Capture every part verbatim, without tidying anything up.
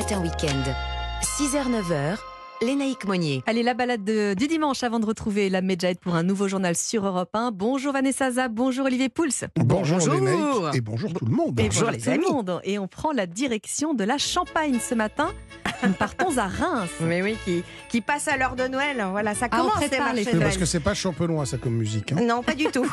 Matin Week-end. six heures neuf heures, Lénaïque Monnier. Allez, la balade de, du dimanche avant de retrouver la Medjahed pour un nouveau journal sur Europe un. Bonjour Vanessa Zah, bonjour Olivier Pouls. Bonjour, bonjour. Lénaïque et bonjour tout le monde. Et bonjour, bonjour les amis. Monde. Et on prend la direction de la Champagne ce matin. Nous partons à Reims. Mais oui, qui, qui passe à l'heure de Noël. Voilà, ça Ah, on commence les prépare les marchés de fêtes. Noël. Parce que c'est pas champenois ça comme musique. Hein. Non, pas du tout.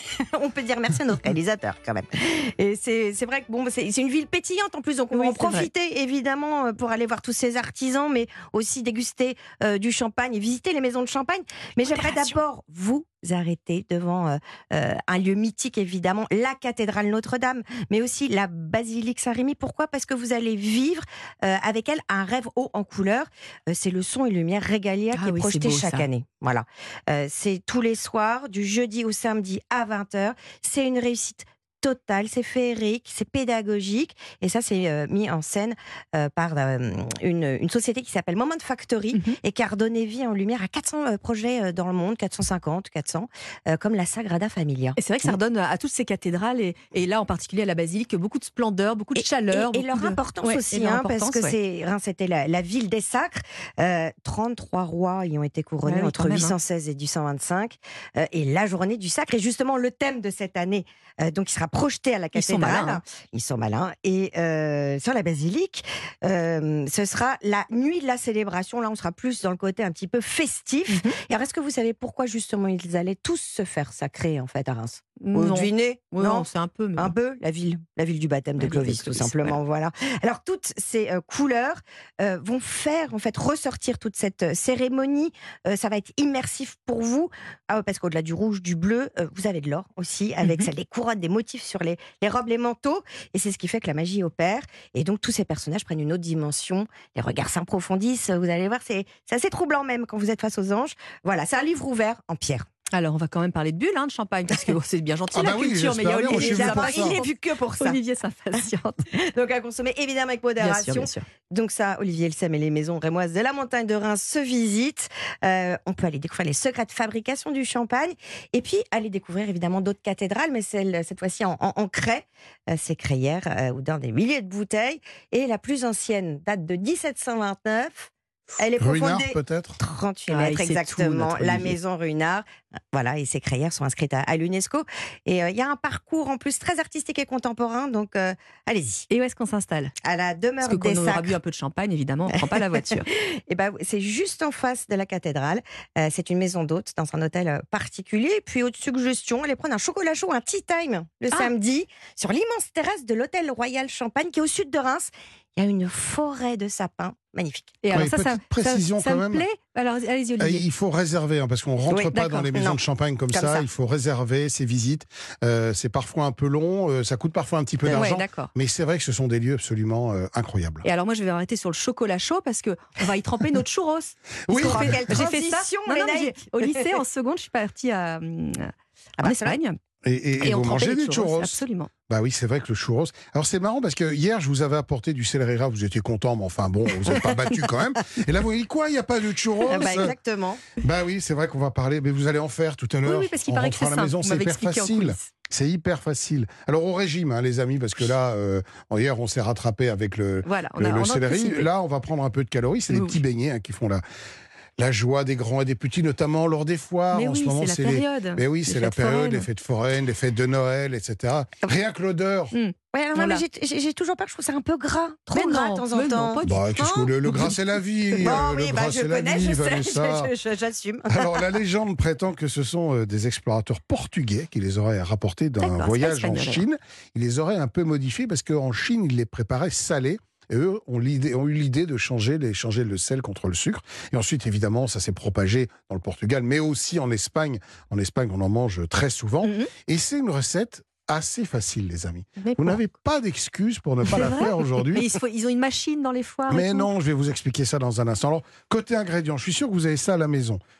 On peut dire merci à notre réalisateur quand même. Et c'est, c'est vrai que bon, c'est, c'est une ville pétillante en plus, donc on Oui, va en c'est vrai. profiter évidemment pour aller voir tous ces artisans, mais aussi déguster euh, du champagne et visiter les maisons de champagne. Mais j'aimerais d'abord vous arrêter devant euh, euh, un lieu mythique évidemment, la cathédrale Notre-Dame, mais aussi la basilique Saint-Rémy. Pourquoi ? Parce que vous allez vivre euh, avec elle un rêve haut en couleur. Euh, c'est le son et lumière régalia Ah qui est oui, projeté c'est beau, chaque ça. année. Voilà. Euh, c'est tous les soirs, du jeudi au samedi à vingt heures. C'est une réussite totale, c'est féerique, c'est pédagogique. Et ça, c'est euh, mis en scène euh, par euh, une, une société qui s'appelle Moment Factory Mhm. et qui a redonné vie en lumière à quatre cents euh, projets euh, dans le monde, quatre cent cinquante, quatre cents, euh, comme la Sagrada Familia. Et c'est vrai que ça redonne à toutes ces cathédrales, et, et là en particulier à la basilique, beaucoup de splendeur, beaucoup de Et- chaleur. Et, et beaucoup leur de- importance Ouais, et aussi, leur hein, parce importance, que ouais. c'est, Reims, c'était la, la ville des sacres. Euh, trente-trois rois y ont été couronnés Ouais, oui, entre quand même, huit hein. cent seize et huit cent vingt-cinq. Euh, et la journée du sacre est justement le thème de cette année. Euh, donc, il sera projeté à la Ils sont cathédrale. malins, hein. Ils sont malins. Et euh, sur la basilique, euh, ce sera la nuit de la célébration. Là, on sera plus dans le côté un petit peu festif. Mhm. Et alors, est-ce que vous savez pourquoi justement ils allaient tous se faire sacrer en fait à Reims ? Vous Non. devinez ? Ouais, non, c'est un peu. Mais... Un peu la ville, la ville du baptême La de ville de Clovis, tout Clovis, simplement. Voilà. Alors toutes ces euh, couleurs euh, vont faire en fait ressortir toute cette euh, cérémonie. Euh, ça va être immersif pour vous, ah, parce qu'au-delà du rouge, du bleu, euh, vous avez de l'or aussi, avec Mhm. ça, les couronnes, des motifs sur les, les robes, les manteaux, et c'est ce qui fait que la magie opère. Et donc tous ces personnages prennent une autre dimension. Les regards s'approfondissent. Vous allez voir, c'est c'est assez troublant même quand vous êtes face aux anges. Voilà, c'est un livre ouvert en pierre. Alors on va quand même parler de bulles, hein, de champagne, parce que bon, c'est bien gentil Ah la bah oui, culture, mais il y a j'espère bien, Olivier moi, je suis qui venu pour s'impatiente. ça. Il est vu que pour ça. Olivier s'impatiente. Donc à consommer évidemment avec Bien sûr, modération. bien sûr. Donc ça, Olivier le sait, mais les maisons rémoises de la montagne de Reims se visitent. Euh, on peut aller découvrir les secrets de fabrication du champagne et puis aller découvrir évidemment d'autres cathédrales, mais celle cette fois-ci en, en, en craie. Euh, c'est Crayères, euh, où dans des milliers de bouteilles. Et la plus ancienne date de dix-sept cent vingt-neuf. Elle est Ruinart profondée peut-être. trente-huit Ah, mètres il sait tout, exactement, notre la Olivier. maison Ruinart. Voilà, et ces crayères sont inscrites à, à l'UNESCO. Et euh, il y a un parcours en plus très artistique et contemporain, donc euh, allez-y. Et où est-ce qu'on s'installe ? À la demeure Parce que quand des on aura Sacres. bu un peu de champagne, évidemment, on ne prend pas la voiture. Eh ben, c'est juste en face de la cathédrale. Euh, c'est une maison d'hôtes dans un hôtel euh, particulier. Et puis, autre suggestion, allez prendre un chocolat chaud, un tea time le Ah. samedi sur l'immense terrasse de l'hôtel Royal Champagne qui est au sud de Reims. Il y a une forêt de sapins magnifique. Et alors Oui, ça, ça, petite précision ça, ça quand me même. plaît. Alors allez-y Euh, Olivier. Il faut réserver, hein, parce qu'on rentre Oui, pas dans d'accord. les maisons Non. de champagne comme, Comme ça. ça. Il faut réserver ses visites. Euh, c'est parfois un peu long, euh, ça coûte parfois un petit peu Ouais, d'argent. d'accord. Mais c'est vrai que ce sont des lieux absolument euh, incroyables. Et alors moi je vais arrêter sur le chocolat chaud parce que on va y tremper notre churros. Oui, Parce qu'on Oh, fait- quelle j'ai fait ça. transition, Non, non, mais Lénaïque. j'ai- au lycée en seconde, je suis partie à, hum, Ah en bah, Espagne et, et, et et on vous trempait mangez les des churros. churros. Absolument. Bah oui, c'est vrai que le churros. Alors c'est marrant parce que hier je vous avais apporté du céleri rave, vous étiez content, mais enfin bon, vous n'êtes pas battu quand même. Et là vous dites quoi, il n'y a pas de churros? Ah bah, exactement. Bah oui, c'est vrai qu'on va parler, mais vous allez en faire tout à Oui, l'heure. oui, parce qu'il En paraît que c'est rentrant à la simple. maison, Vous c'est m'avez hyper expliqué en facile. coulisses. C'est hyper facile. Alors au régime, hein, les amis, parce que là, euh, hier on s'est rattrapé avec le, Voilà, on le, a, le on a céleri. anticipé. Là, on va prendre un peu de calories. C'est Oui, des oui. petits beignets hein, qui font la, la joie des grands et des petits, notamment lors des foires. Mais en oui, ce moment, c'est la les... période. Mais oui, Les c'est la fêtes période, foraines. les fêtes foraines, les fêtes de Noël, et cetera. Rien que l'odeur. Hum. Ouais, alors, Voilà. mais j'ai- j'ai j'ai toujours peur que je trouve ça un peu gras. Trop Mais gras non, de temps en mais non, temps. pas du Bah, qu'est-ce que Hein le, le gras, c'est la vie. Bon, euh, oui, le bah, gras, je c'est la connais, vie, je sais, Vanessa. je- je- j'assume. Alors la légende prétend que ce sont euh, des explorateurs portugais qui les auraient rapportés D'accord, d'un c'est voyage pas en espagnol, Chine. Ils les auraient un peu modifiés parce qu'en Chine, ils les préparaient salés. Et eux ont, l'idée- ont eu l'idée de changer, les, changer le sel contre le sucre. Et ensuite, évidemment, ça s'est propagé dans le Portugal, mais aussi en Espagne. En Espagne, on en mange très souvent. Mhm. Et c'est une recette assez facile, les amis. Mais Vous pour- n'avez pas d'excuse pour ne pas C'est la vrai faire Mais aujourd'hui. il faut- ils ont une machine dans les foires. et Mais tout. non, je vais vous expliquer ça dans un instant. Alors, côté ingrédients, je suis sûr que vous avez ça à la maison.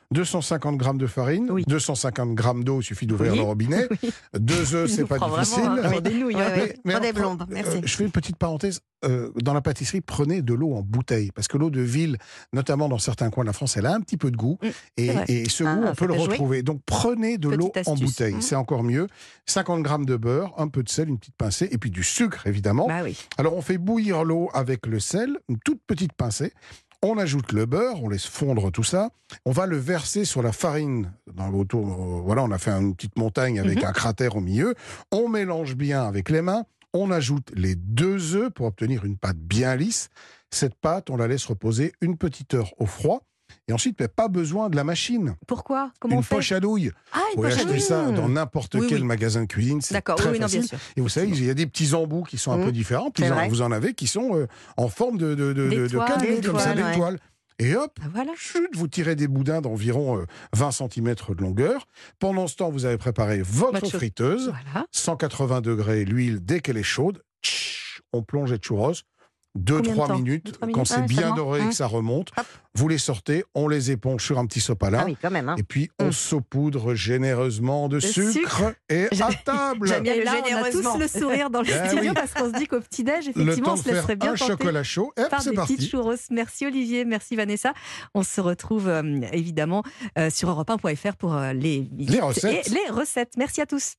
deux cent cinquante grammes de farine, Oui. deux cent cinquante grammes d'eau, il suffit d'ouvrir Oui. le robinet, Oui. deux œufs, Il c'est nous pas prend difficile. vraiment, hein, pour des nouilles, hein. Ouais, ouais. Mais Pas des en- blondes, merci. euh, je fais une petite parenthèse. Euh, dans la pâtisserie, prenez de l'eau en bouteille. Parce que l'eau de ville, notamment dans certains coins de la France, elle a un petit peu de goût. Mm, et, c'est vrai. et ce Ah, goût, on ça peut le peut jouer. retrouver. Donc prenez de Petite l'eau en astuce. bouteille. Mm. C'est encore mieux. cinquante grammes de beurre, un peu de sel, une petite pincée, et puis du sucre, évidemment. Bah oui. Alors on fait bouillir l'eau avec le sel, une toute petite pincée. On ajoute le beurre, on laisse fondre tout ça. On va le verser sur la farine. Dans autour, euh, voilà, on a fait une petite montagne avec Mhm. un cratère au milieu. On mélange bien avec les mains. On ajoute les deux œufs pour obtenir une pâte bien lisse. Cette pâte, on la laisse reposer une petite heure au froid. Et ensuite, il n'y a pas besoin de la machine. Pourquoi? Comment une on fait? poche à douille. Ah, Vous une pouvez poche à acheter douille. ça dans n'importe Oui, quel oui. magasin de cuisine. C'est D'accord, très oui, oui, non, facile. bien sûr. Et vous savez, il y a des petits embouts qui sont un Mmh. peu différents. Puis C'est vous en- vrai. vous en avez qui sont euh, en forme de, de, de, de, de D'étoiles, cadeaux, comme ça, d'étoiles, ouais. d'étoiles. Et hop, Ah, voilà. chut, vous tirez des boudins d'environ euh, vingt centimètres de longueur. Pendant ce temps, vous avez préparé votre Votre chose. friteuse. Voilà. cent quatre-vingts degrés, l'huile, dès qu'elle est chaude, tch, on plonge les churros. deux Combien de trois temps minutes. Deux, trois Quand minutes c'est Ah, bien seulement. doré et Mmh. que ça remonte, Hop. vous les sortez, on les éponge sur un petit sopalin. Ah oui, quand même. Hein. Et puis, on Mmh. saupoudre généreusement de De sucre, sucre. et à J'aime- table. j'aime bien Et le là, on a généreusement. tous le sourire dans le Ah studio oui. parce qu'on se dit qu'au petit-déj, Le effectivement, temps on de se faire laisserait bien un tenter chocolat chaud. Hop, par c'est des parti. petites churros. Merci Olivier, merci Vanessa. On se retrouve euh, évidemment euh, sur europe un point f r pour euh, les, Les recettes. et les recettes. Merci à tous.